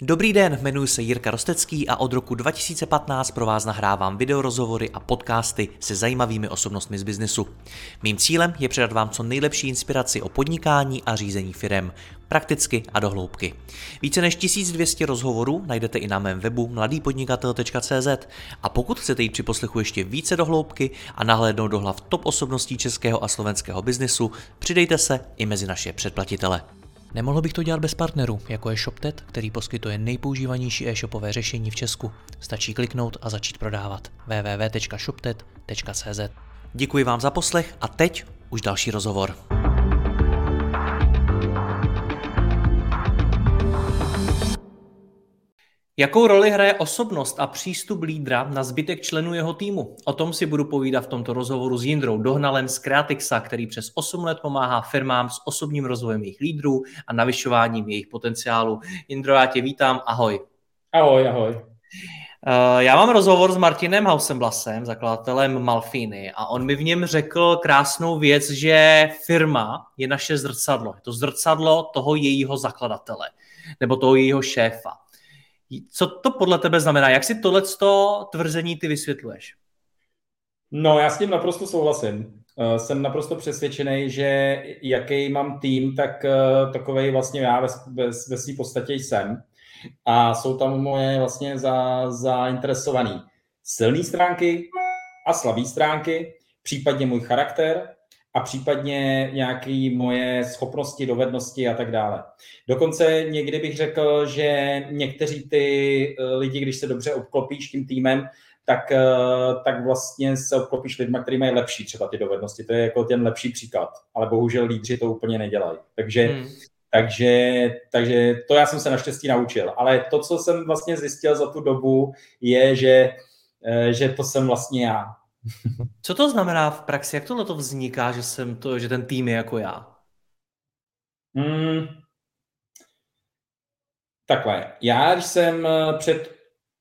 Dobrý den, jmenuji se Jirka Rostecký a od roku 2015 pro vás nahrávám videorozhovory a podcasty se zajímavými osobnostmi z biznesu. Mým cílem je předat vám co nejlepší inspiraci o podnikání a řízení firem, prakticky a do hloubky. Více než 1200 rozhovorů najdete i na mém webu mladýpodnikatel.cz a pokud chcete jít při poslechu ještě více do hloubky a nahlédnout do hlav top osobností českého a slovenského biznesu, přidejte se i mezi naše předplatitele. Nemohl bych to dělat bez partnerů, jako je ShopTet, který poskytuje nejpoužívanější e-shopové řešení v Česku. Stačí kliknout a začít prodávat. www.shoptet.cz. Děkuji vám za poslech a teď už další rozhovor. Jakou roli hraje osobnost a přístup lídra na zbytek členů jeho týmu? O tom si budu povídat v tomto rozhovoru s Jindrou Dohnalem z Creatixa, který přes 8 let pomáhá firmám s osobním rozvojem jejich lídrů a navyšováním jejich potenciálu. Jindro, já tě vítám, ahoj. Ahoj, ahoj. Já mám rozhovor s Martinem Hausenblasem, zakladatelem Malfiny, a on mi v něm řekl krásnou věc, že firma je naše zrcadlo. Je to zrcadlo toho jejího zakladatele, nebo toho jejího šéfa. Co to podle tebe znamená? Jak si tohleto tvrzení ty vysvětluješ? No, já s tím naprosto souhlasím. Jsem naprosto přesvědčený, že jaký mám tým, tak takovej vlastně já ve své podstatě jsem. A jsou tam moje vlastně zainteresovaný silné stránky a slabé stránky, případně můj charakter a případně nějaké moje schopnosti, dovednosti a tak dále. Dokonce někdy bych řekl, že někteří ty lidi, když se dobře obklopíš tím týmem, tak vlastně se obklopíš lidma, kteří mají lepší třeba ty dovednosti. To je jako ten lepší příklad. Ale bohužel lídři to úplně nedělají. Takže to já jsem se naštěstí naučil. Ale to, co jsem vlastně zjistil za tu dobu, je, že to jsem vlastně já. Co to znamená v praxi? Jak tohle to vzniká, že ten tým je jako já? Takhle. Já, když jsem před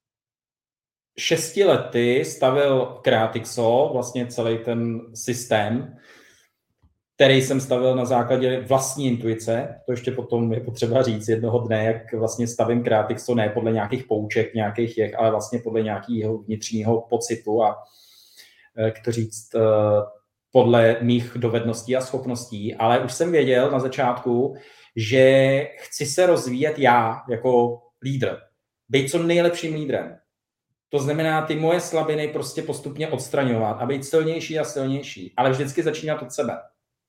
6 lety stavil Creatixo, vlastně celý ten systém, který jsem stavil na základě vlastní intuice. To ještě potom je potřeba říct jednoho dne, jak vlastně stavím Creatixo, ne podle nějakých pouček, ale vlastně podle nějakého vnitřního pocitu a to říct podle mých dovedností a schopností. Ale už jsem věděl na začátku, že chci se rozvíjet já jako lídr. Být co nejlepším lídrem. To znamená ty moje slabiny prostě postupně odstraňovat a být silnější a silnější. Ale vždycky začínat od sebe.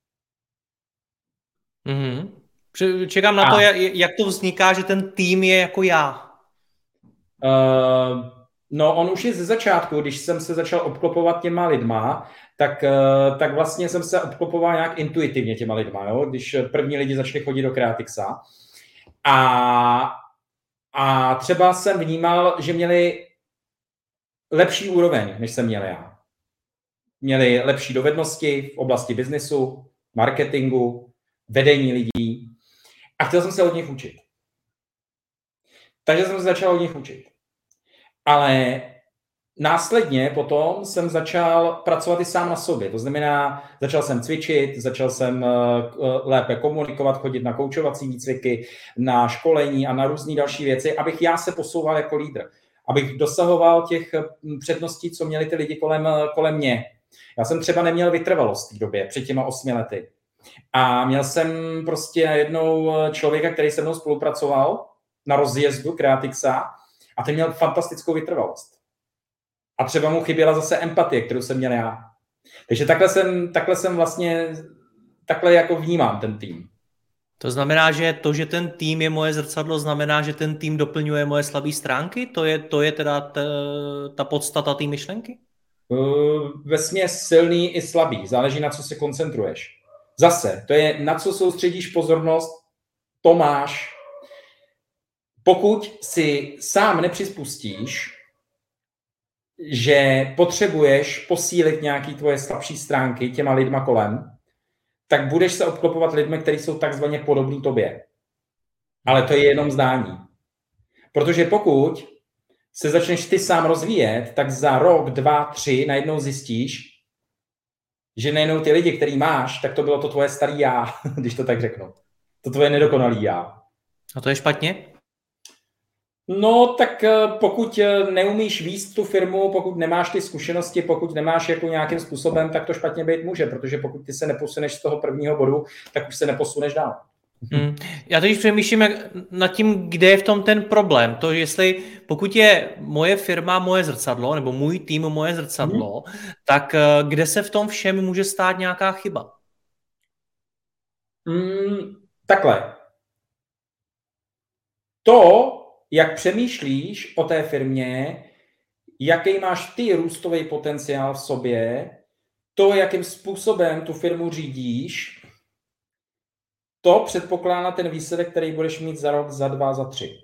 Čekám na to, jak to vzniká, že ten tým je jako já. No, on už je ze začátku, když jsem se začal obklopovat těma lidma, tak vlastně jsem se obklopoval nějak intuitivně těma lidma, jo? Když první lidi začali chodit do Creatixa. A třeba jsem vnímal, že měli lepší úroveň, než jsem měl já. Měli lepší dovednosti v oblasti biznesu, marketingu, vedení lidí a chtěl jsem se od nich učit. Takže jsem se začal od nich učit. Ale následně potom jsem začal pracovat i sám na sobě. To znamená, začal jsem cvičit, začal jsem lépe komunikovat, chodit na koučovací výcviky, na školení a na různé další věci, abych já se posouval jako lídr. Abych dosahoval těch předností, co měli ty lidi kolem mě. Já jsem třeba neměl vytrvalost v té době, před těma 8 lety. A měl jsem prostě jednou člověka, který se mnou spolupracoval na rozjezdu Creatixa a ten měl fantastickou vytrvalost. A třeba mu chyběla zase empatie, kterou jsem měl já. Takže takhle jsem vlastně, takhle jako vnímám ten tým. To znamená, že to, že ten tým je moje zrcadlo, znamená, že ten tým doplňuje moje slabé stránky? To je teda ta podstata té myšlenky? Vesměs silný i slabý. Záleží, na co se koncentruješ. Zase, to je, na co soustředíš pozornost, to máš. Pokud si sám nepřispustíš, že potřebuješ posílit nějaké tvoje slabší stránky těma lidma kolem, tak budeš se obklopovat lidmi, kteří jsou takzvaně podobní tobě. Ale to je jenom zdání. Protože pokud se začneš ty sám rozvíjet, tak za rok, 2, 3 najednou zjistíš, že nejenom ty lidi, který máš, tak to bylo to tvoje starý já, když to tak řeknu. To tvoje nedokonalý já. A to je špatně? No, tak pokud neumíš vést tu firmu, pokud nemáš ty zkušenosti, pokud nemáš jako nějakým způsobem, tak to špatně být může, protože pokud ty se neposuneš z toho prvního bodu, tak už se neposuneš dál. Já teď přemýšlím nad tím, kde je v tom ten problém. To, jestli pokud je moje firma moje zrcadlo, nebo můj tým moje zrcadlo, tak kde se v tom všem může stát nějaká chyba? Takhle. To, jak přemýšlíš o té firmě, jaký máš ty růstový potenciál v sobě, to, jakým způsobem tu firmu řídíš, to předpokládá ten výsledek, který budeš mít za rok, za 2, za 3.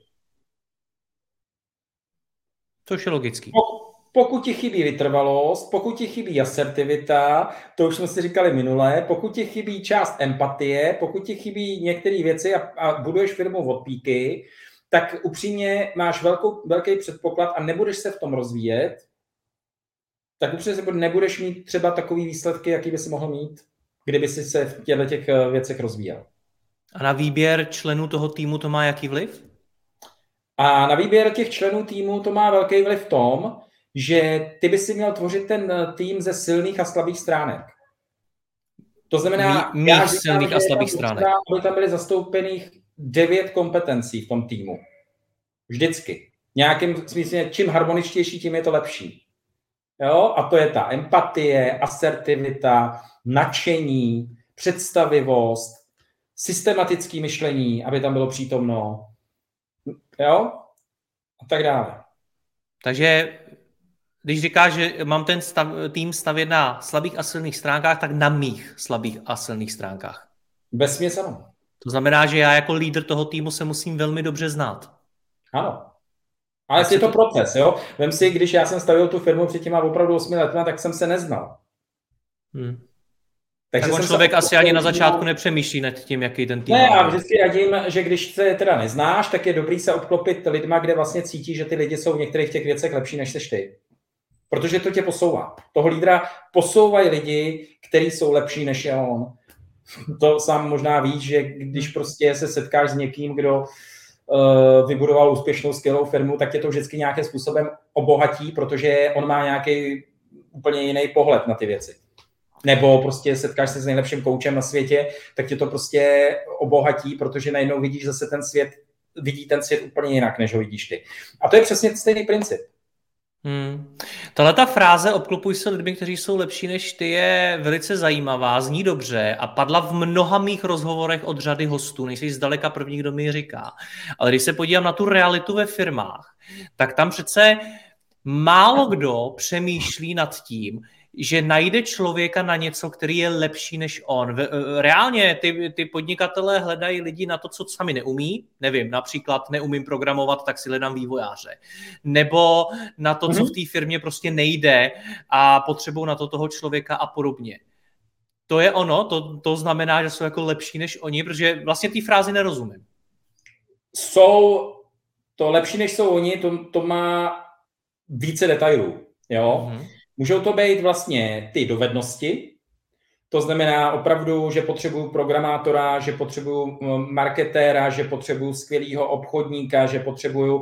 Což je logický. Pokud ti chybí vytrvalost, pokud ti chybí asertivita, to už jsme si říkali minule, pokud ti chybí část empatie, pokud ti chybí některé věci a buduješ firmu od píky, tak upřímně máš velký předpoklad a nebudeš se v tom rozvíjet, tak upřímně nebudeš mít třeba takový výsledky, jaký by si mohl mít, kdyby si se v těch věcech rozvíjel. A na výběr členů toho týmu to má jaký vliv? A na výběr těch členů týmu to má velký vliv v tom, že ty by si měl tvořit ten tým ze silných a slabých stránek. To znamená, mých silných a slabých stránek. Aby tam byly zastoupených 9 kompetencí v tom týmu. Vždycky. Nějakým smyslem, čím harmoničtější, tím je to lepší. Jo? A to je ta empatie, asertivita, nadšení, představivost, systematické myšlení, aby tam bylo přítomno. Jo? A tak dále. Takže když říkáš, že mám ten tým stavět na slabých a silných stránkách, tak na mých slabých a silných stránkách. Vesměs ano. To znamená, že já jako lídr toho týmu se musím velmi dobře znát. Ano. Ale je to proces, jo? Vem si, když já jsem stavil tu firmu před těma opravdu 8 letma, tak jsem se neznal. Takže tak člověk asi ani na začátku nepřemýšlí nad tím, jaký ten tým. Ne, já vždycky radím, že když se teda neznáš, tak je dobrý se obklopit lidma, kde vlastně cítí, že ty lidi jsou v některých těch věcech lepší, než seš ty. Protože to tě posouvá. Toho lídra posouvají lidi, kteří jsou lepší, než je on. To sám možná víš, že když prostě se setkáš s někým, kdo vybudoval úspěšnou, skvělou firmu, tak tě to vždycky nějakým způsobem obohatí, protože on má nějaký úplně jiný pohled na ty věci. Nebo prostě setkáš se s nejlepším koučem na světě, tak tě to prostě obohatí, protože najednou vidíš zase vidí ten svět úplně jinak, než ho vidíš ty. A to je přesně stejný princip. Tahle ta fráze obklopuj se lidmi, kteří jsou lepší než ty, je velice zajímavá, zní dobře a padla v mnoha mých rozhovorech od řady hostů, nejsi zdaleka první, kdo mi ji říká. Ale když se podívám na tu realitu ve firmách, tak tam přece málo kdo přemýšlí nad tím, že najde člověka na něco, který je lepší než on. Reálně ty podnikatelé hledají lidi na to, co sami neumí. Nevím, například neumím programovat, tak si hledám vývojáře. Nebo na to, co v té firmě prostě nejde a potřebují na to toho člověka a podobně. To je ono? To znamená, že jsou jako lepší než oni? Protože vlastně té frázi nerozumím. Jsou to lepší než jsou oni, to má více detailů. Jo? Můžou to být vlastně ty dovednosti, to znamená opravdu, že potřebuju programátora, že potřebuju marketéra, že potřebuju skvělého obchodníka, že potřebuju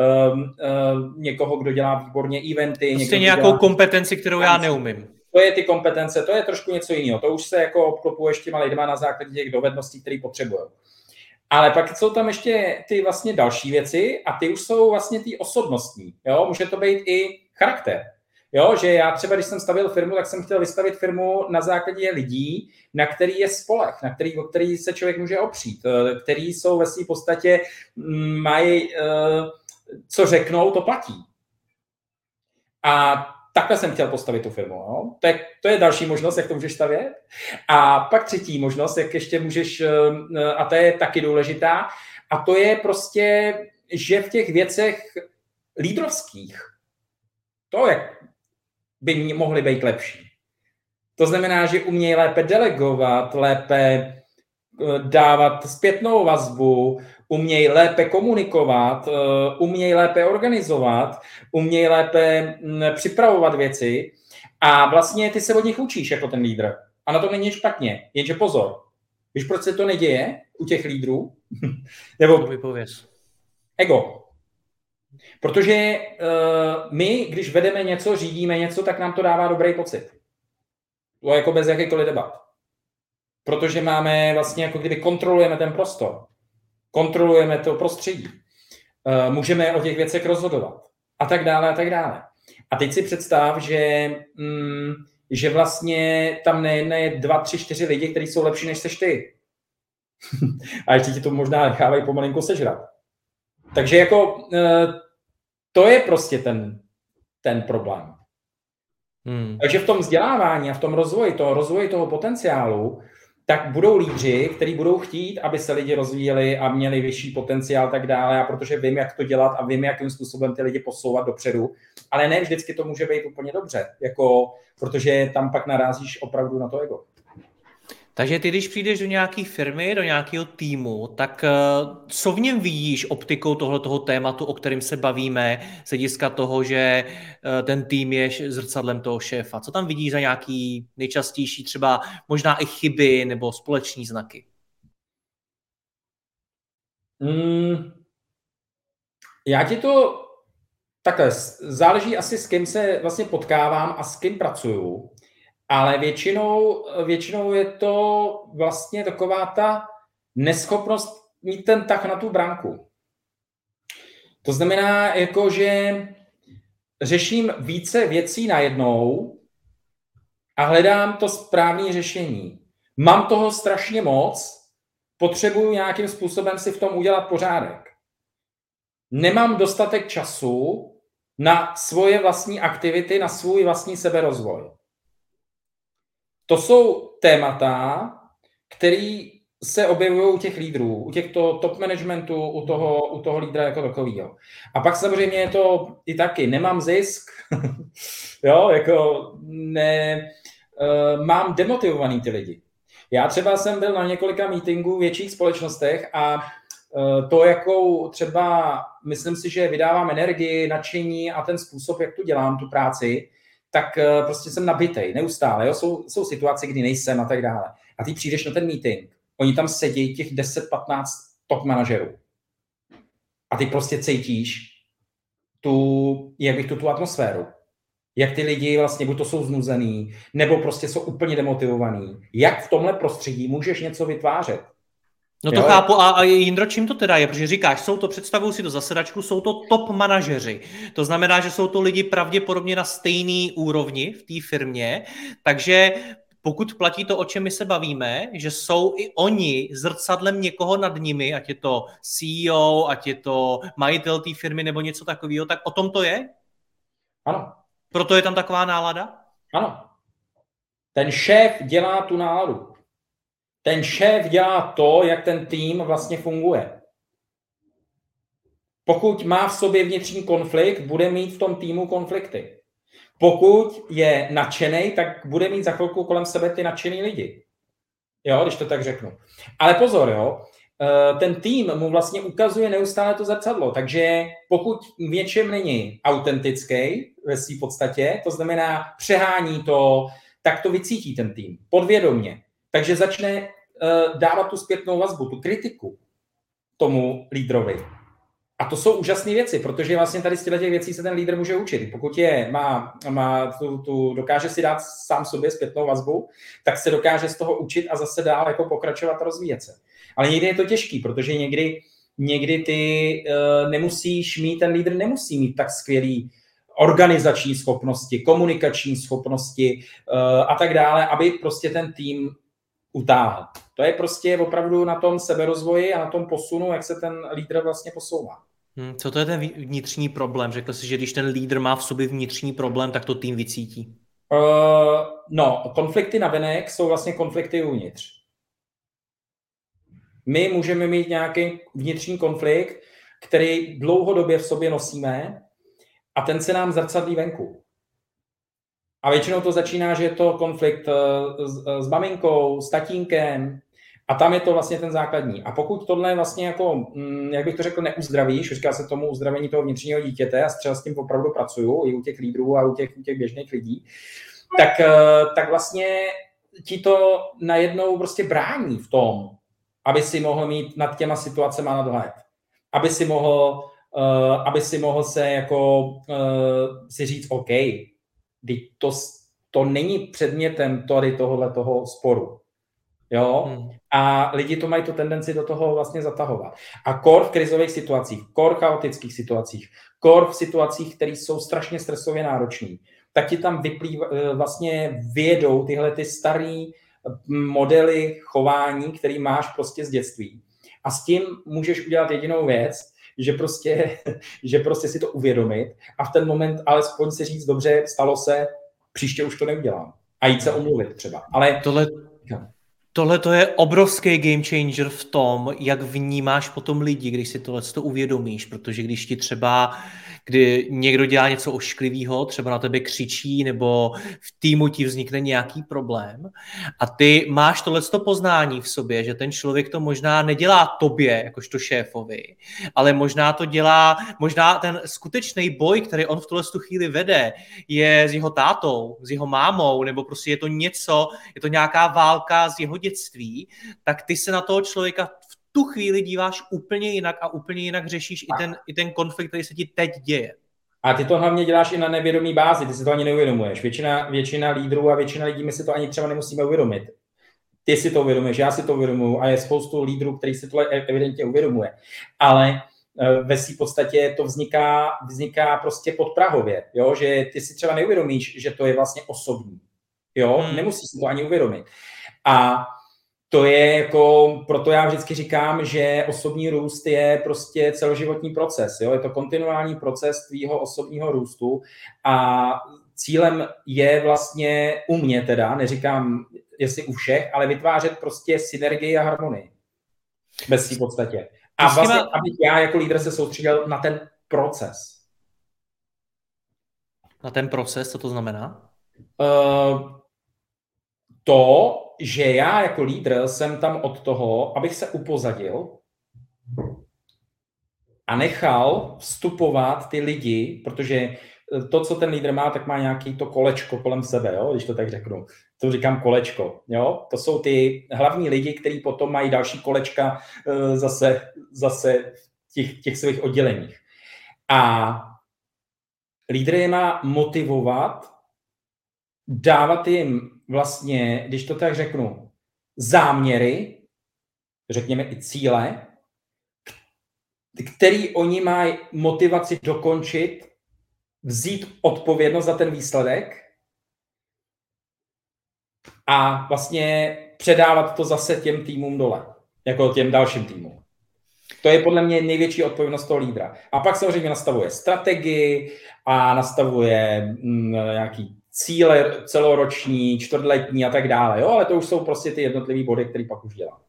někoho, kdo dělá výborně eventy. Prostě nějakou kompetenci, kterou já neumím. To je ty kompetence, to je trošku něco jiného. To už se jako obklopuješ těma lidma na základě těch dovedností, které potřebujou. Ale pak jsou tam ještě ty vlastně další věci a ty už jsou vlastně ty osobnostní. Jo? Může to být i charakter. Jo, že já třeba, když jsem stavil firmu, tak jsem chtěl vystavit firmu na základě lidí, na který je spoleh, o který se člověk může opřít, který jsou ve své podstatě, mají, co řeknou, to platí. A takhle jsem chtěl postavit tu firmu. Jo? To je další možnost, jak to můžeš stavět. A pak třetí možnost, jak ještě můžeš, a to je taky důležitá, a to je prostě, že v těch věcech lídrovských, to je by mohly být lepší. To znamená, že umějí lépe delegovat, lépe dávat zpětnou vazbu, umějí lépe komunikovat, umějí lépe organizovat, umějí lépe připravovat věci a vlastně ty se od nich učíš jako ten lídr. A na to není špatně. Jenže pozor, víš, proč se to neděje u těch lídrů? Nebo vypověz. Ego. Protože my, když vedeme něco, řídíme něco, tak nám to dává dobrý pocit. To jako bez jakékoliv debat. Protože máme vlastně, jako kdyby kontrolujeme ten prostor. Kontrolujeme to prostředí. Můžeme o těch věcech rozhodovat. A tak dále, a tak dále. A teď si představ, že vlastně tam nejedne 2, 3, 4 lidi, kteří jsou lepší než seš ty. A ještě ti to možná nechávají pomalinku sežrat. Takže jako to je prostě ten problém. Takže v tom vzdělávání a v tom rozvoji toho potenciálu, tak budou lídři, kteří budou chtít, aby se lidi rozvíjeli a měli vyšší potenciál a tak dále, a protože vím, jak to dělat a vím, jakým způsobem ty lidi posouvat dopředu, ale ne vždycky to může být úplně dobře, protože tam pak narazíš opravdu na to ego. Takže ty, když přijdeš do nějaké firmy, do nějakého týmu, tak co v něm vidíš optikou tohoto tématu, o kterém se bavíme, z hlediska toho, že ten tým je zrcadlem toho šéfa? Co tam vidíš za nějaký nejčastější třeba možná i chyby nebo společní znaky? Já ti to takhle, záleží asi, s kým se vlastně potkávám a s kým pracuju. Ale většinou je to vlastně taková ta neschopnost mít ten tah na tu branku. To znamená, jako, že řeším více věcí najednou a hledám to správné řešení. Mám toho strašně moc, potřebuju nějakým způsobem si v tom udělat pořádek. Nemám dostatek času na svoje vlastní aktivity, na svůj vlastní seberozvoj. To jsou témata, které se objevují u těch lídrů, u těchto top managementu, u toho lídra jako takového. A pak samozřejmě je to i taky, nemám zisk, jo, jako mám demotivovaný ty lidi. Já třeba jsem byl na několika meetingů v větších společnostech a to, jakou třeba, myslím si, že vydávám energii, nadšení a ten způsob, jak tu dělám, tu práci, tak prostě jsem nabitej, neustále. Jo? Jsou situace, kdy nejsem a tak dále. A ty přijdeš na ten meeting, oni tam sedí těch 10-15 top manažerů. A ty prostě cítíš tu atmosféru. Jak ty lidi vlastně buď to jsou znuzený, nebo prostě jsou úplně demotivovaný. Jak v tomhle prostředí můžeš něco vytvářet? No to chápu. A Jindro, čím to teda je? Protože říkáš, představuju si to zasedačku, jsou to top manažeři. To znamená, že jsou to lidi pravděpodobně na stejný úrovni v té firmě, takže pokud platí to, o čem my se bavíme, že jsou i oni zrcadlem někoho nad nimi, ať je to CEO, ať je to majitel té firmy nebo něco takového, tak o tom to je? Ano. Proto je tam taková nálada? Ano. Ten šéf dělá tu náladu. Ten šéf dělá to, jak ten tým vlastně funguje. Pokud má v sobě vnitřní konflikt, bude mít v tom týmu konflikty. Pokud je nadšený, tak bude mít za chvilku kolem sebe ty nadšený lidi. Jo, když to tak řeknu. Ale pozor, jo, ten tým mu vlastně ukazuje neustále to zrcadlo, takže pokud v něčem není autentický ve své podstatě, to znamená přehání to, tak to vycítí ten tým podvědomě. Takže začne dávat tu zpětnou vazbu, tu kritiku tomu lídrovi. A to jsou úžasné věci, protože vlastně tady z těch věcí se ten lídr může učit. Pokud dokáže si dát sám sobě zpětnou vazbu, tak se dokáže z toho učit a zase dál jako pokračovat a rozvíjet se. Ale někdy je to těžký, protože někdy ty nemusíš mít, ten lídr nemusí mít tak skvělý organizační schopnosti, komunikační schopnosti a tak dále, aby prostě ten tým utáhl. To je prostě opravdu na tom seberozvoji a na tom posunu, jak se ten lídr vlastně posouvá. Co to je ten vnitřní problém? Řekl jsi, že když ten lídr má v sobě vnitřní problém, tak to tým vycítí. Konflikty navenek jsou vlastně konflikty uvnitř. My můžeme mít nějaký vnitřní konflikt, který dlouhodobě v sobě nosíme a ten se nám zrcadlí venku. A většinou to začíná, že je to konflikt s maminkou, s tatínkem a tam je to vlastně ten základní. A pokud tohle vlastně jako, jak bych to řekl, neuzdravíš, říká se tomu uzdravení toho vnitřního dítěte a třeba s tím opravdu pracuju i u těch lídrů a u těch běžných lidí, tak vlastně ti to najednou prostě brání v tom, aby si mohl mít nad těma situacema nadhled. Aby si mohl aby si mohl se jako si říct OK, to není předmětem tady tohoto sporu. Jo? A lidi to mají tu tendenci do toho vlastně zatahovat. A kor v krizových situacích, kor v chaotických situacích, kor v situacích, které jsou strašně stresově náročné, tak ti tam vlastně vyjedou tyhle ty staré modely chování, který máš prostě z dětství. A s tím můžeš udělat jedinou věc, že prostě si to uvědomit a v ten moment alespoň si říct, dobře, stalo se, příště už to neudělám. A jít se omluvit třeba. Ale Tohle to je obrovský game changer v tom, jak vnímáš potom lidi, když si tohle uvědomíš, protože když ti třeba, kdy někdo dělá něco ošklivého, třeba na tebe křičí, nebo v týmu ti vznikne nějaký problém a ty máš tohleto poznání v sobě, že ten člověk to možná nedělá tobě, jakožto šéfovi, ale možná to dělá, možná ten skutečný boj, který on v tuhle chvíli vede, je s jeho tátou, s jeho mámou, nebo prostě je to něco, je to nějaká válka z jeho dětství, tak ty se na toho člověka v tu chvíli díváš úplně jinak a úplně jinak řešíš i ten konflikt, který se ti teď děje. A ty to hlavně děláš i na nevědomí bázi, ty si to ani neuvědomuješ. Většina lídrů a většina lidí, my si to ani třeba nemusíme uvědomit. Ty si to uvědomuješ, já si to uvědomuju a je spoustu lídrů, který si to evidentně uvědomuje. Ale ve své podstatě to vzniká prostě podprahově, jo? Že ty si třeba neuvědomíš, že to je vlastně osobní. Jo? Nemusíš si to ani uvědomit. A to je jako, proto já vždycky říkám, že osobní růst je prostě celoživotní proces. Jo? Je to kontinuální proces tvýho osobního růstu a cílem je vlastně u mě teda, neříkám jestli u všech, ale vytvářet prostě synergii a harmonii. Bez v podstatě. A vlastně, abych já jako lídr se soustředil na ten proces. Na ten proces, co to znamená? To, že já jako lídr jsem tam od toho, abych se upozadil a nechal vstupovat ty lidi, protože to, co ten lídr má, tak má nějaký to kolečko kolem sebe, jo? Když to tak řeknu. To říkám kolečko. Jo? To jsou ty hlavní lidi, kteří potom mají další kolečka zase v těch svých odděleních. A lídr je má motivovat, dávat jim vlastně, když to tak řeknu, záměry, řekněme i cíle, který oni mají motivaci dokončit, vzít odpovědnost za ten výsledek a vlastně předávat to zase těm týmům dole, jako těm dalším týmům. To je podle mě největší odpovědnost toho lídra. A pak samozřejmě nastavuje strategii a nastavuje nějaký cíle celoroční, čtvrtletní a tak dále. Jo? Ale to už jsou prostě ty jednotlivý body, které pak už dělá.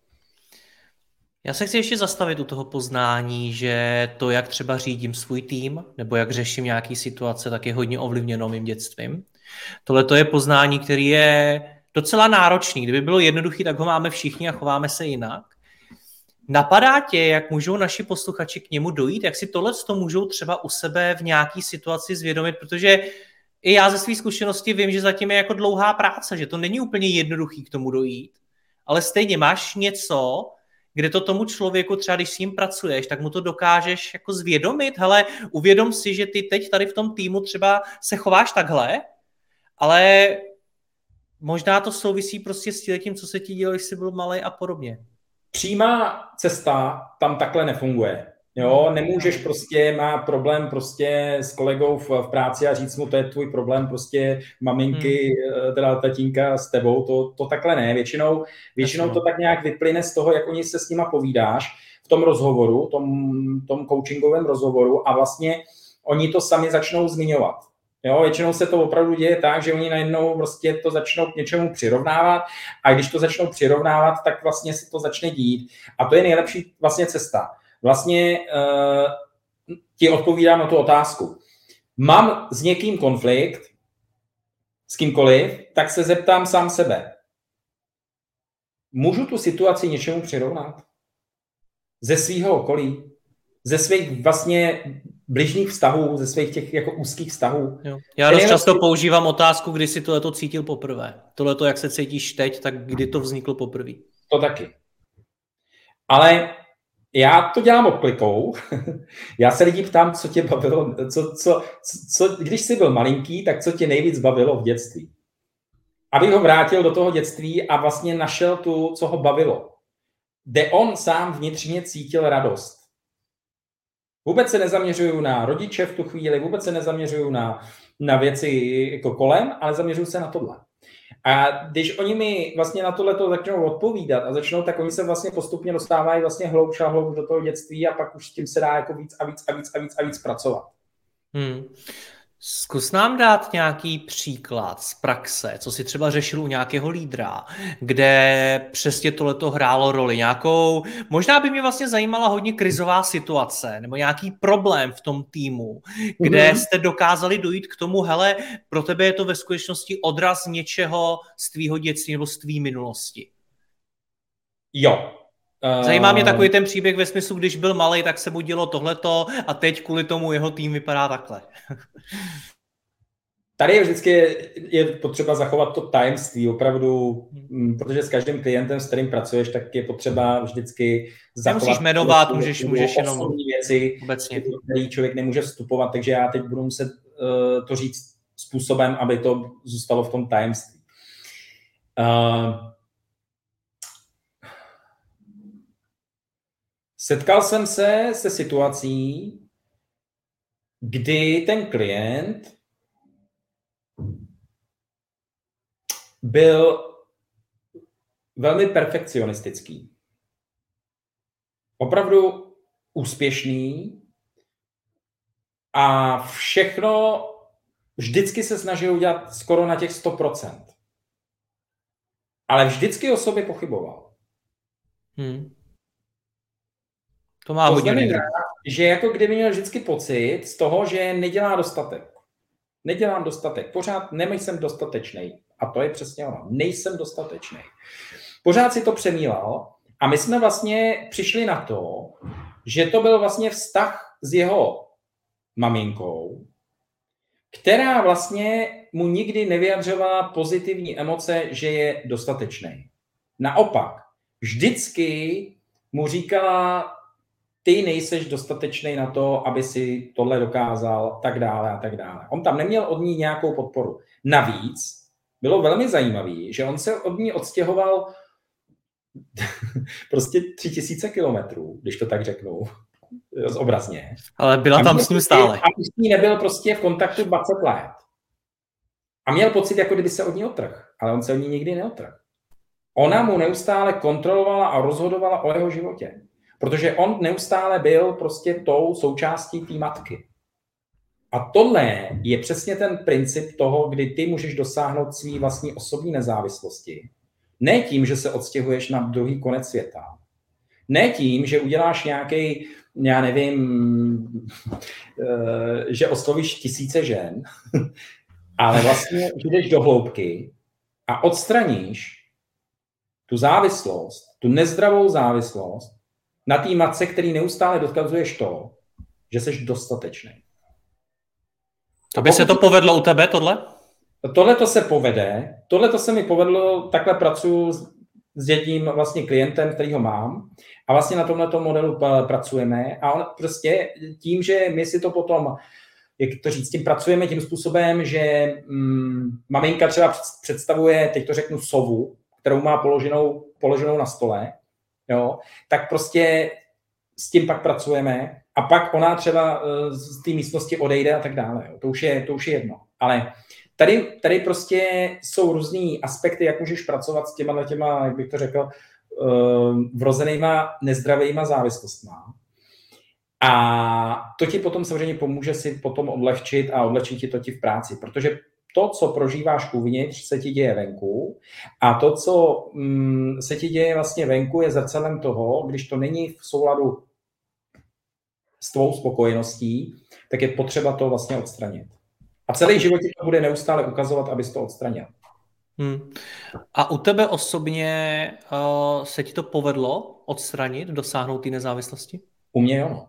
Já se chci ještě zastavit u toho poznání, že to, jak třeba řídím svůj tým, nebo jak řeším nějaký situace, tak je hodně ovlivněno mým dětstvím. Tohle to je poznání, který je docela náročný. Kdyby bylo jednoduchý, tak ho máme všichni a chováme se jinak. Napadá tě, jak můžou naši posluchači k němu dojít? Jak si tohle můžou třeba u sebe v nějaký situaci zvědomit? Protože i já ze své zkušenosti vím, že zatím je jako dlouhá práce, že to není úplně jednoduchý k tomu dojít. Ale stejně máš něco, kde to tomu člověku, třeba když s ním pracuješ, tak mu to dokážeš jako zvědomit. Hele, uvědom si, že ty teď tady v tom týmu třeba se chováš takhle, ale možná to souvisí prostě s tím, co se ti dělo, když jsi byl malej a podobně. Přímá cesta tam takhle nefunguje. Jo, nemůžeš prostě, má problém prostě s kolegou v práci a říct mu, to je tvůj problém prostě maminky, teda tatínka s tebou, to takhle ne. Většinou to tak nějak vyplyne z toho, jak oni se s nima povídáš v tom rozhovoru, tom coachingovém rozhovoru a vlastně oni to sami začnou zmiňovat. Jo, většinou se to opravdu děje tak, že oni najednou prostě to začnou k něčemu přirovnávat a když to začnou přirovnávat, tak vlastně se to začne dít a to je nejlepší vlastně cesta. Vlastně ti odpovídám na tu otázku. Mám s někým konflikt, s kýmkoliv, tak se zeptám sám sebe. Můžu tu situaci něčemu přirovnat? Ze svého okolí? Ze svých vlastně bližních vztahů, ze svých těch jako úzkých vztahů? Jo. Já dost často používám otázku, kdy si tohleto cítil poprvé. Tohleto, jak se cítíš teď, tak kdy to vzniklo poprvé? To taky. Ale Já to dělám obklikou. Já se lidí ptám, co tě bavilo, když jsi byl malinký, tak co tě nejvíc bavilo v dětství. Abych ho vrátil do toho dětství a vlastně našel tu, co ho bavilo. Kde on sám vnitřně cítil radost. Vůbec se nezaměřuju na rodiče v tu chvíli, vůbec se nezaměřuju na věci jako kolem, ale zaměřuju se na tohle. A když oni mi vlastně na tohleto začnou odpovídat a začnou, tak oni se vlastně postupně dostávají vlastně hloubš a hloubš do toho dětství a pak už s tím se dá jako víc a víc pracovat. Zkus nám dát nějaký příklad z praxe, co si třeba řešil u nějakého lídra, kde přesně tohleto hrálo roli. Možná by mě vlastně zajímala hodně krizová situace nebo nějaký problém v tom týmu, kde jste dokázali dojít k tomu, hele, pro tebe je to ve skutečnosti odraz něčeho z tvýho dětství nebo z tvý minulosti. Jo. Zajímá mě takový ten příběh ve smyslu, když byl malej, tak se mu dělo tohleto a teď kvůli tomu jeho tým vypadá takhle. Tady vždycky je potřeba zachovat to tajemství, opravdu, protože s každým klientem, s kterým pracuješ, tak je potřeba vždycky zachovat. Nemusíš jmenovat, můžeš jenom věci, které člověk nemůže vstupovat, takže já teď budu muset to říct způsobem, aby to zůstalo v tom tajemství. Setkal jsem se se situací, kdy ten klient byl velmi perfekcionistický. Opravdu úspěšný a všechno vždycky se snažil udělat skoro na těch 100%. Ale vždycky o sobě pochyboval. To má hodně lidí. Že jako kdyby měl vždycky pocit z toho, že nedělá dostatek. Nedělám dostatek. Pořád nejsem dostatečný. A to je přesně ono. Nejsem dostatečný. Pořád si to přemýlel a my jsme vlastně přišli na to, že to byl vlastně vztah s jeho maminkou, která vlastně mu nikdy nevyjadřovala pozitivní emoce, že je dostatečný. Naopak, vždycky mu říkala, ty nejseš dostatečný na to, aby si tohle dokázal, tak dále a tak dále. On tam neměl od ní nějakou podporu. Navíc bylo velmi zajímavé, že on se od ní odstěhoval prostě 3000 kilometrů, když to tak řeknu, obrazně. Ale byla tam s ním stále. A s ní nebyl prostě v kontaktu 20 let. A měl pocit, jako kdyby se od ní odtrhl, ale on se od ní nikdy neodtrhl. Ona mu neustále kontrolovala a rozhodovala o jeho životě. Protože on neustále byl prostě tou součástí té matky. A tohle je přesně ten princip toho, kdy ty můžeš dosáhnout svý vlastní osobní nezávislosti. Ne tím, že se odstěhuješ na druhý konec světa. Ne tím, že uděláš nějaký, já nevím, že oslovíš 1000 žen, ale vlastně jdeš do hloubky a odstraníš tu závislost, tu nezdravou závislost na té matce, který neustále dokazuješ to, že jsi dostatečný. To by se to povedlo u tebe, tohle? Tohle to se povede. Tohle to se mi povedlo, takhle pracuji s jedním vlastně klientem, kterýho mám a vlastně na tomto modelu pracujeme a on prostě tím, že my si to potom, jak to říct, tím pracujeme tím způsobem, že maminka třeba představuje, teď to řeknu, sovu, kterou má položenou na stole, jo, tak prostě s tím pak pracujeme a pak ona třeba z té místnosti odejde a tak dále. Jo. To už je jedno. Ale tady prostě jsou různý aspekty, jak můžeš pracovat s těma, jak bych to řekl, vrozenýma nezdravýma závislostma. A to ti potom samozřejmě pomůže si potom odlehčit a odlehčit ti to v práci, protože to, co prožíváš uvnitř, se ti děje venku a to, co se ti děje vlastně venku, je zrcadlem toho, když to není v souladu s tvou spokojeností, tak je potřeba to vlastně odstranit. A celý život ti to bude neustále ukazovat, abys to odstranil. A u tebe osobně se ti to povedlo odstranit, dosáhnout té nezávislosti? U mě jo.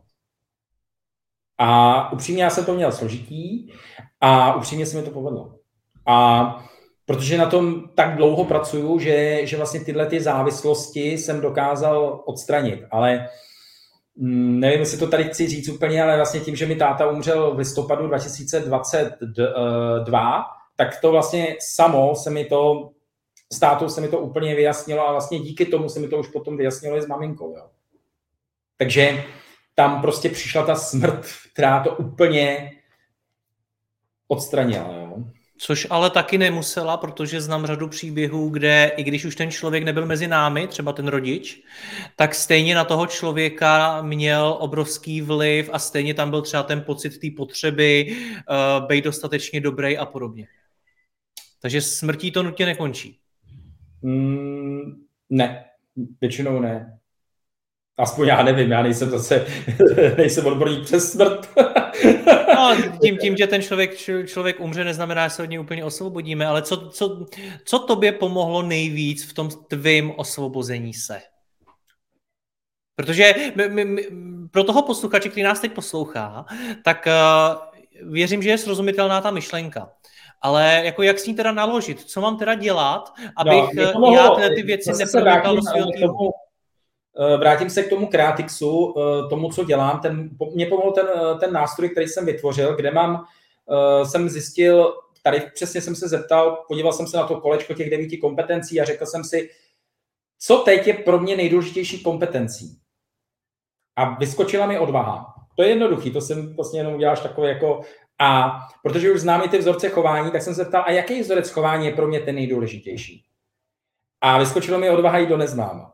A upřímně já jsem to měl složitý a upřímně se mi to povedlo. A protože na tom tak dlouho pracuju, že vlastně tyhle ty závislosti jsem dokázal odstranit. Ale nevím, jestli to tady chci říct úplně, ale vlastně tím, že mi táta umřel v listopadu 2022, tak to vlastně samo se mi to, s tátou se mi to úplně vyjasnilo a vlastně díky tomu se mi to už potom vyjasnilo i s maminkou. Jo. Takže tam prostě přišla ta smrt, která to úplně odstranila. Jo. Což ale taky nemusela, protože znám řadu příběhů, kde i když už ten člověk nebyl mezi námi, třeba ten rodič, tak stejně na toho člověka měl obrovský vliv a stejně tam byl třeba ten pocit té potřeby být dostatečně dobrý a podobně. Takže smrtí to nutně nekončí. Ne, většinou ne. Aspoň já nevím, já nejsem odborník přes smrt. No, tím, že ten člověk umře, neznamená, že se od něj úplně osvobodíme, ale co tobě pomohlo nejvíc v tom tvým osvobození se? Protože pro toho posluchače, který nás teď poslouchá, tak věřím, že je srozumitelná ta myšlenka. Ale jako jak s ní teda naložit? Co mám teda dělat, abych já ty věci nepromítal do svého týmu? Vrátím se k tomu Creatixu, tomu, co dělám. Mě pomohl ten nástroj, který jsem vytvořil, kde jsem zjistil, tady přesně jsem se zeptal, podíval jsem se na to kolečko těch 9 kompetencí a řekl jsem si, co teď je pro mě nejdůležitější kompetencí. A vyskočila mi odvaha. To je jednoduchý, to jsem vlastně jenom udělal takové jako... A protože už znám i ty vzorce chování, tak jsem se ptal, a jaký vzorec chování je pro mě ten nejdůležitější? A vyskočilo mi odvaha jít do neznáma.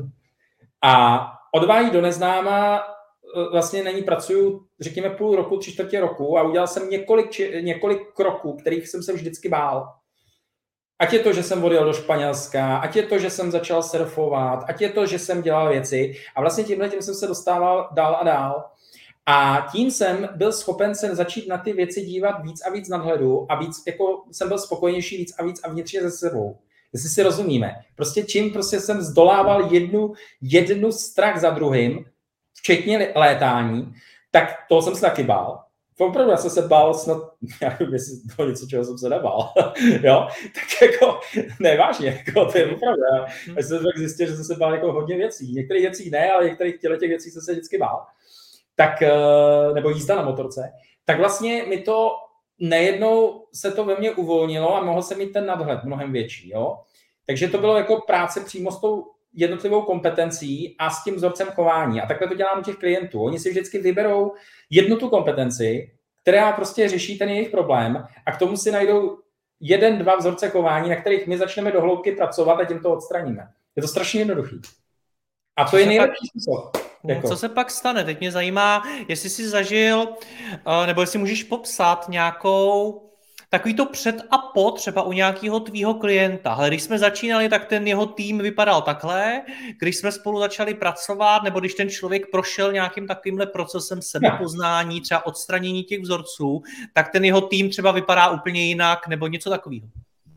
A odvaha jít do neznáma vlastně na ní pracuju, řekněme, půl roku, 3/4 roku a udělal jsem několik kroků, kterých jsem se vždycky bál. Ať je to, že jsem odjel do Španělska, ať je to, že jsem začal surfovat, ať je to, že jsem dělal věci. A vlastně tímhle jsem se dostával dál a dál. A tím jsem byl schopen se začít na ty věci dívat víc a víc nadhledu a víc, jako jsem byl spokojenější víc a vnitřně se sebou. Jestli si rozumíme. Prostě čím jsem zdolával jednu strach za druhým, včetně létání, tak toho jsem se taky bál. Opravdu já jsem se bál snad, já nevím, jestli to něco, čeho jsem se nebál, jo, tak jako, nevážně, jako, to je opravdu, já jsem tak zjistil, že jsem se bál jako hodně věcí, některých věcí ne, ale některých těch věcí jsem se vždycky bál, tak, nebo jízda na motorce, tak vlastně mi to nejednou se to ve mně uvolnilo a mohl jsem mít ten nadhled mnohem větší, jo, takže to bylo jako práce přímo s tou jednotlivou kompetencí a s tím vzorcem chování. A takhle to dělám u těch klientů. Oni si vždycky vyberou jednu tu kompetenci, která prostě řeší ten jejich problém a k tomu si najdou 1-2 vzorce chování, na kterých my začneme do hloubky pracovat a tím to odstraníme. Je to strašně jednoduchý. A to je nejlepší způsob. Jako. Co se pak stane? Teď mě zajímá, jestli jsi zažil, nebo jestli můžeš popsat nějakou takový to před a po třeba u nějakého tvýho klienta. Ale když jsme začínali, tak ten jeho tým vypadal takhle, když jsme spolu začali pracovat, nebo když ten člověk prošel nějakým takovýmhle procesem sebepoznání, třeba odstranění těch vzorců, tak ten jeho tým třeba vypadá úplně jinak, nebo něco takového.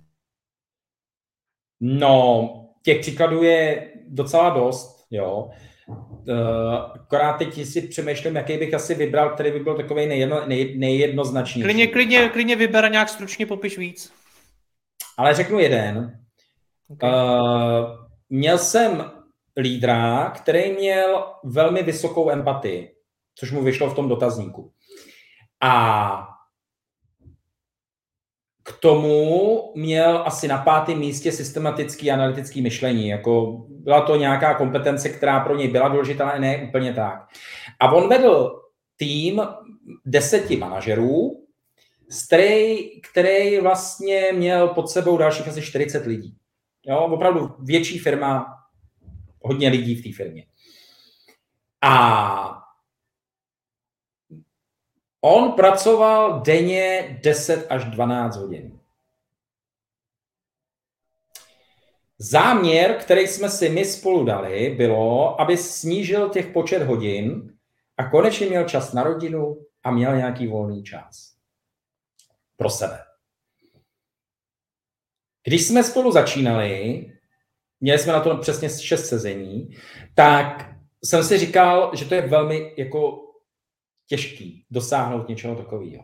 No, těch příkladů je docela dost, jo. Akorát teď si přemýšlím, jaký bych asi vybral, který by byl takový nejjednoznačnější. Klidně vyber a nějak stručně popiš víc. Ale řeknu jeden. Okay. Měl jsem lídra, který měl velmi vysokou empatii, což mu vyšlo v tom dotazníku. A k tomu měl asi na 5. místě systematický analytický myšlení. Jako byla to nějaká kompetence, která pro něj byla důležitá, ale ne úplně tak. A on vedl tým 10 manažerů, který vlastně měl pod sebou dalších asi 40 lidí. Jo, opravdu větší firma, hodně lidí v té firmě. A on pracoval denně 10 až 12 hodin. Záměr, který jsme si my spolu dali, bylo, aby snížil těch počet hodin a konečně měl čas na rodinu a měl nějaký volný čas pro sebe. Když jsme spolu začínali, měli jsme na to přesně 6 sezení, tak jsem si říkal, že to je velmi jako těžký dosáhnout něčeho takového.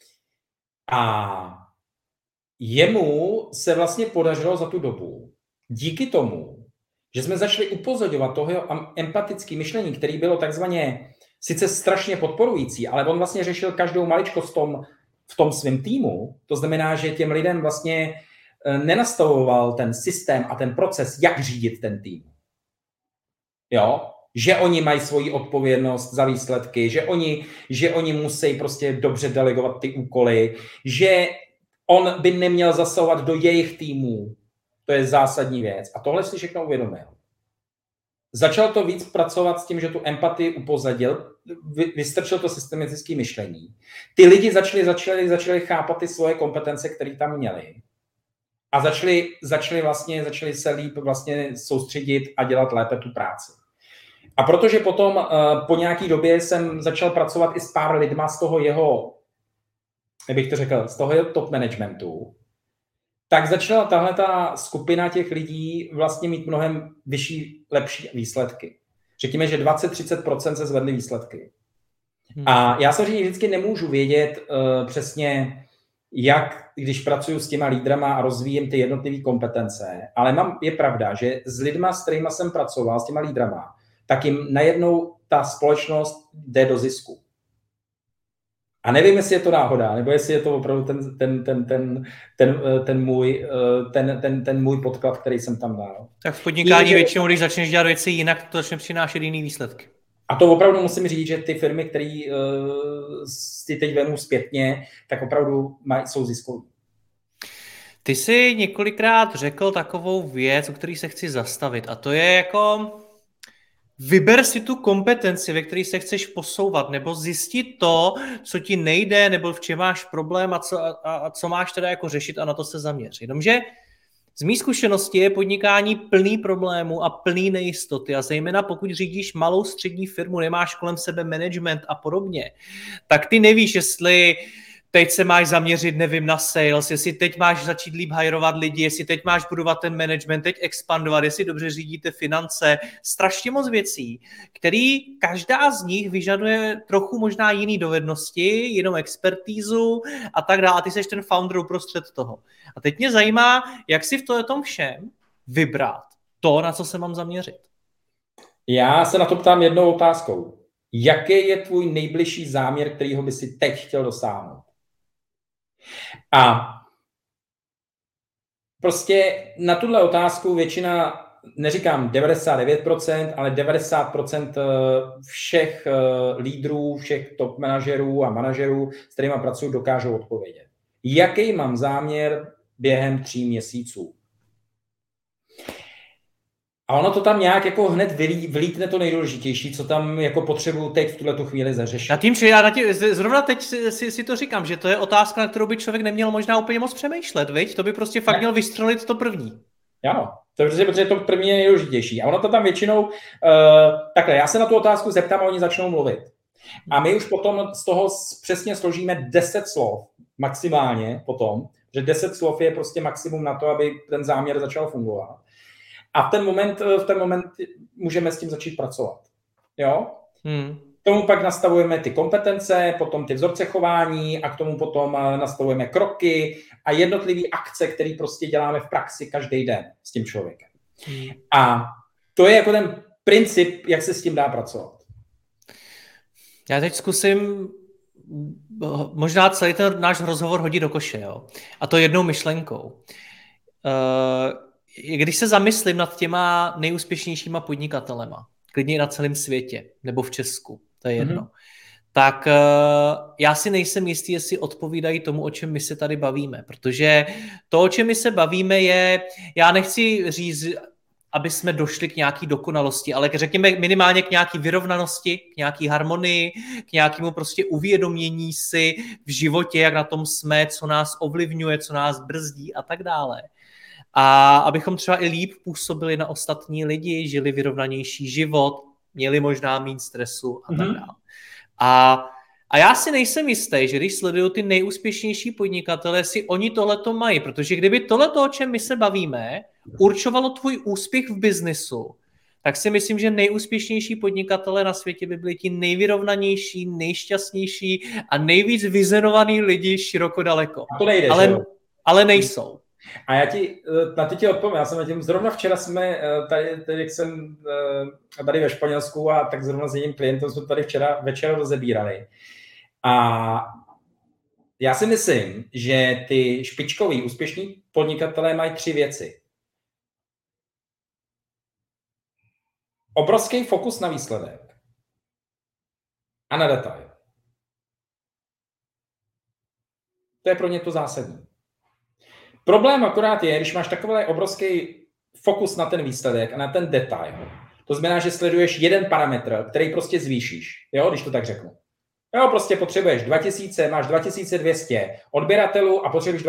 A jemu se vlastně podařilo za tu dobu, díky tomu, že jsme začali upozorňovat toho empatické myšlení, který bylo takzvaně sice strašně podporující, ale on vlastně řešil každou maličkost v tom svém týmu. To znamená, že těm lidem vlastně nenastavoval ten systém a ten proces, jak řídit ten tým. Jo? Že oni mají svoji odpovědnost za výsledky, že oni musí prostě dobře delegovat ty úkoly, že on by neměl zasahovat do jejich týmů. To je zásadní věc. A tohle si všechno uvědomil. Začal to víc pracovat s tím, že tu empatii upozadil, vystrčil to systematické myšlení. Ty lidi začali chápat ty svoje kompetence, které tam měli. A začali se líp vlastně soustředit a dělat lépe tu práci. A protože potom po nějaký době jsem začal pracovat i s pár lidma z toho jeho, nebych to řekl, z toho jeho top managementu, tak začala tahle ta skupina těch lidí vlastně mít mnohem vyšší, lepší výsledky. Řekněme, že 20-30% se zvedly výsledky. A já samozřejmě vždycky nemůžu vědět přesně, jak, když pracuji s těma lídrama a rozvíjím ty jednotlivé kompetence, ale je pravda, že s lidma, s kterýma jsem pracoval, s těma lídrama, tak jim najednou ta společnost jde do zisku. A nevím, jestli je to náhoda, nebo jestli je to opravdu ten můj podklad, který jsem tam dal. Tak v podnikání většinou, když začneš dělat věci jinak, to začne přinášet jiný výsledky. A to opravdu musím říct, že ty firmy, které si teď vemu zpětně, tak opravdu jsou ziskové. Ty jsi několikrát řekl takovou věc, o které se chci zastavit, a to je jako vyber si tu kompetenci, ve které se chceš posouvat, nebo zjistit to, co ti nejde, nebo v čem máš problém a co máš teda jako řešit a na to se zaměřit. Jenomže z mý zkušenosti je podnikání plný problémů a plný nejistoty a zejména pokud řídíš malou střední firmu, nemáš kolem sebe management a podobně, tak ty nevíš, jestli teď se máš zaměřit, nevím, na sales, jestli teď máš začít líp hajrovat lidi, jestli teď máš budovat ten management, teď expandovat, jestli dobře řídíte finance, strašně moc věcí, který každá z nich vyžaduje trochu možná jiný dovednosti, jinou expertízu a tak dále. A ty seš ten founder uprostřed toho. A teď mě zajímá, jak si v tom všem vybrat to, na co se mám zaměřit. Já se na to ptám jednou otázkou. Jaký je tvůj nejbližší záměr, kterýho by si teď chtěl dosáhnout? A prostě na tuhle otázku většina, neříkám 99%, ale 90% všech lídrů, všech top manažerů a manažerů, s kterými pracuji, dokážou odpovědět. Jaký mám záměr během 3 měsíců? A ono to tam nějak jako hned vlítne to nejdůležitější, co tam jako potřebuju teď v tuhletu chvíli zařešit. Zrovna teď si to říkám, že to je otázka, na kterou by člověk neměl možná úplně moc přemýšlet, viď? To by prostě fakt měl vystřelit to první. Ano, protože to první je nejdůležitější. A ono to tam většinou, takhle, já se na tu otázku zeptám a oni začnou mluvit. A my už potom z toho přesně složíme 10 slov, maximálně potom, že 10 slov je prostě maximum na to, aby ten záměr začal fungovat. A v ten moment můžeme s tím začít pracovat. Jo? K tomu pak nastavujeme ty kompetence, potom ty vzorce chování a k tomu potom nastavujeme kroky a jednotlivé akce, které prostě děláme v praxi každý den s tím člověkem. A to je jako ten princip, jak se s tím dá pracovat. Já teď zkusím možná celý ten náš rozhovor hodit do koše. Jo? A to jednou myšlenkou. Když se zamyslím nad těma nejúspěšnějšíma podnikatelema, klidně na celém světě, nebo v Česku, to je jedno, tak já si nejsem jistý, jestli odpovídají tomu, o čem my se tady bavíme, protože to, o čem my se bavíme, je, já nechci říct, aby jsme došli k nějaký dokonalosti, ale řekněme minimálně k nějaký vyrovnanosti, k nějaký harmonii, k nějakému prostě uvědomění si v životě, jak na tom jsme, co nás ovlivňuje, co nás brzdí a tak dále. A abychom třeba i líp působili na ostatní lidi, žili vyrovnanější život, měli možná méně stresu a tak dále. A já si nejsem jistý, že když sleduju ty nejúspěšnější podnikatele, si oni tohleto mají, protože kdyby tohleto, o čem my se bavíme, určovalo tvůj úspěch v biznisu, tak si myslím, že nejúspěšnější podnikatele na světě by byli ti nejvyrovnanější, nejšťastnější a nejvíc vyzenovaný lidi široko daleko. To nejde, ale nejsou. A já ti odpovím, já jsem na tím, zrovna včera jsme tady jak jsem tady ve Španělsku a tak zrovna s jedním klientem jsme tady včera večer rozebírali. A já si myslím, že ty špičkoví, úspěšní podnikatelé mají 3 věci. Obrovský fokus na výsledek a na detail. To je pro ně to zásadní. Problém akorát je, když máš takový obrovský fokus na ten výsledek a na ten detail. To znamená, že sleduješ jeden parametr, který prostě zvýšíš, jo, když to tak řeknu. Jo, prostě potřebuješ 2000, máš 2200 odběratelů a potřebuješ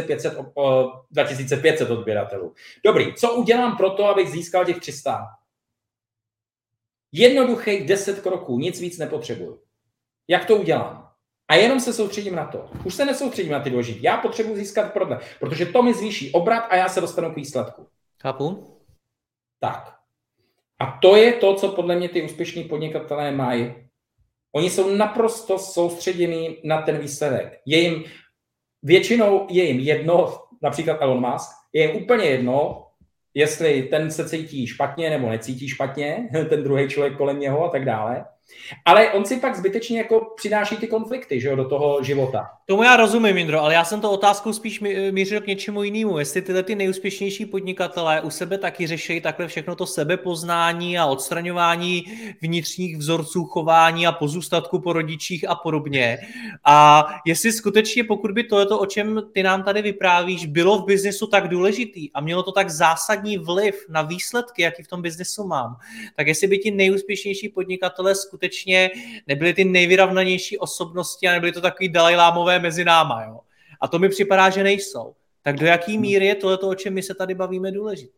2500 odběratelů. Dobrý, co udělám pro to, abych získal těch 300? Jednoduchých 10 kroků, nic víc nepotřebuju. Jak to udělám? A jenom se soustředím na to. Už se nesoustředím na ty důležité. Já potřebuji získat prodej, protože to mi zvýší obrat a já se dostanu k výsledku. Chápu. Tak. A to je to, co podle mě ty úspěšní podnikatelé mají. Oni jsou naprosto soustředění na ten výsledek. Většinou je jim jedno, například Elon Musk, je jim úplně jedno, jestli ten se cítí špatně nebo necítí špatně, ten druhý člověk kolem něho a tak dále. Ale on si pak zbytečně jako přináší ty konflikty, že jo, do toho života. Tomu já rozumím, Jindro, ale já jsem to otázkou spíš mířil k něčemu jinému. Jestli tyhle ty nejúspěšnější podnikatelé u sebe taky řeší takhle všechno to sebepoznání a odstraňování vnitřních vzorců chování a pozůstatku po rodičích a podobně. A jestli skutečně, pokud by tohleto, o čem ty nám tady vyprávíš, bylo v biznesu tak důležitý a mělo to tak zásadní vliv na výsledky, jaký v tom biznesu mám, tak jestli by ti nejúspěšnější podnikatelé skutečně nebyly ty nejvyrovnanější osobnosti a nebyly to takový dalajlámové mezi náma, jo. A to mi připadá, že nejsou. Tak do jaký míry je tohleto, o čem my se tady bavíme, důležitý?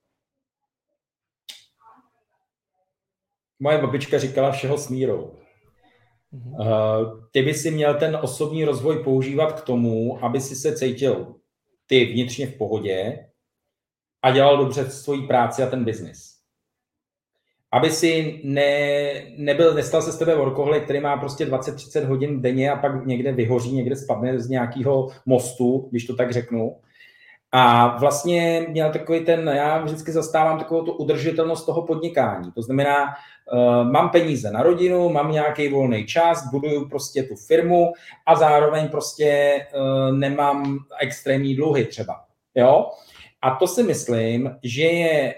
Moje babička říkala všeho s mírou. Ty by si měl ten osobní rozvoj používat k tomu, aby si se cítil ty vnitřně v pohodě a dělal dobře svoji práci a ten biznis. Aby si nestal se z tebe workoholik, který má prostě 20-30 hodin denně a pak někde vyhoří, někde spadne z nějakého mostu, když to tak řeknu. A vlastně měl takový já vždycky zastávám takovou tu udržitelnost toho podnikání. To znamená, mám peníze na rodinu, mám nějaký volný čas, buduju prostě tu firmu a zároveň prostě nemám extrémní dluhy třeba. Jo? A to si myslím, že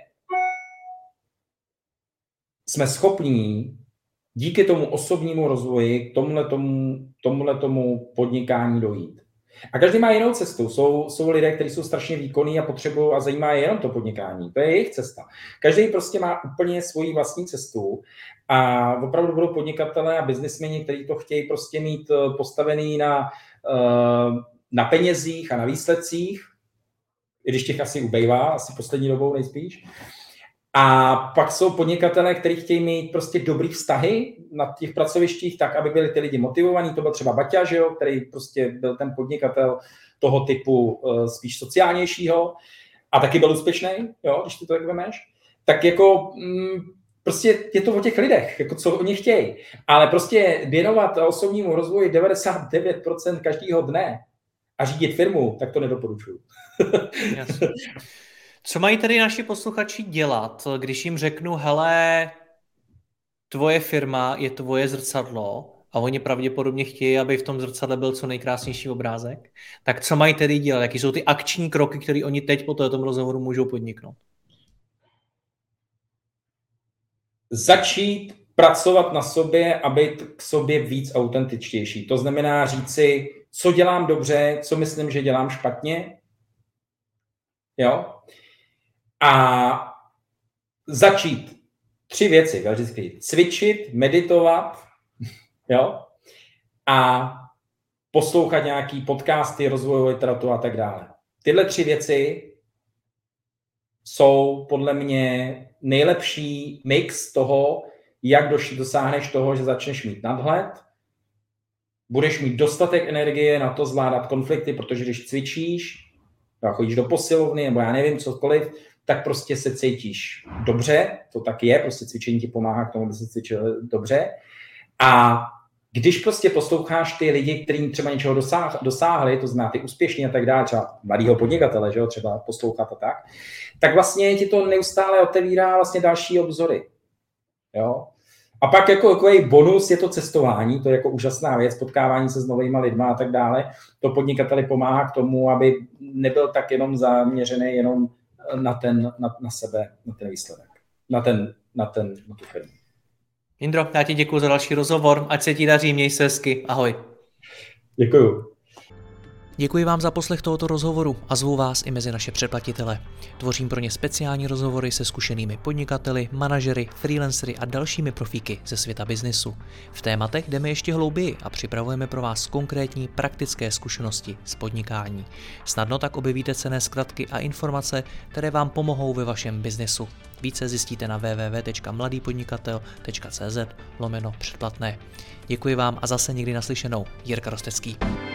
jsme schopní díky tomu osobnímu rozvoji k tomuhletomu podnikání dojít. A každý má jinou cestu. Jsou lidé, kteří jsou strašně výkonní a potřebují a zajímá je jenom to podnikání. To je jejich cesta. Každý prostě má úplně svoji vlastní cestu a opravdu budou podnikatelé a biznismeni, kteří to chtějí prostě mít postavený na penězích a na výsledcích, i když těch asi ubejvá, asi poslední dobou nejspíš. A pak jsou podnikatelé, kteří chtějí mít prostě dobrý vztahy na těch pracovištích, tak, aby byli ty lidi motivovaní. To byl třeba Baťa, že jo, který prostě byl ten podnikatel toho typu spíš sociálnějšího a taky byl úspěšný, jo, když ty to tak vemeš. Tak jako prostě je to o těch lidech, jako co oni chtějí. Ale prostě věnovat osobnímu rozvoji 99% každého dne a řídit firmu, tak to nedoporučuju. Jasně. Co mají tedy naši posluchači dělat, když jim řeknu, hele, tvoje firma je tvoje zrcadlo a oni pravděpodobně chtějí, aby v tom zrcadle byl co nejkrásnější obrázek, tak co mají tedy dělat? Jaký jsou ty akční kroky, které oni teď po tomto rozhovoru můžou podniknout? Začít pracovat na sobě a být k sobě víc autentičtější. To znamená říct si, co dělám dobře, co myslím, že dělám špatně. Jo? A začít 3 věci, vždycky cvičit, meditovat, jo? A poslouchat nějaký podcasty, rozvojové literaturu a tak dále. Tyhle 3 věci jsou podle mě nejlepší mix toho, jak dosáhneš toho, že začneš mít nadhled, budeš mít dostatek energie na to zvládat konflikty, protože když cvičíš, chodíš do posilovny nebo já nevím, cokoliv, tak prostě se cítíš dobře, to tak je, prostě cvičení ti pomáhá k tomu, aby se cvičil dobře. A když prostě posloucháš ty lidi, kterým třeba něčeho dosáhli, to znamená ty úspěšní a tak dále, třeba mladýho podnikatele, že jo, třeba poslouchat a tak vlastně ti to neustále otevírá vlastně další obzory. Jo? A pak jako takový bonus je to cestování, to je jako úžasná věc, potkávání se s novýma lidma a tak dále. To podnikateli pomáhá k tomu, aby nebyl tak jenom zaměřený jenom na sebe, na ten výsledek, na tu firmu. Jindro, já ti děkuji za další rozhovor, ať se ti daří, měj se hezky, ahoj. Děkuju. Děkuji vám za poslech tohoto rozhovoru a zvu vás i mezi naše předplatitele. Tvořím pro ně speciální rozhovory se zkušenými podnikateli, manažery, freelancery a dalšími profíky ze světa biznisu. V tématech jdeme ještě hlouběji a připravujeme pro vás konkrétní praktické zkušenosti z podnikání. Snadno tak objevíte cenné zkratky a informace, které vám pomohou ve vašem biznesu. Více zjistíte na www.mladýpodnikatel.cz/předplatné. Děkuji vám a zase někdy naslyšenou. Jirka Rostecký.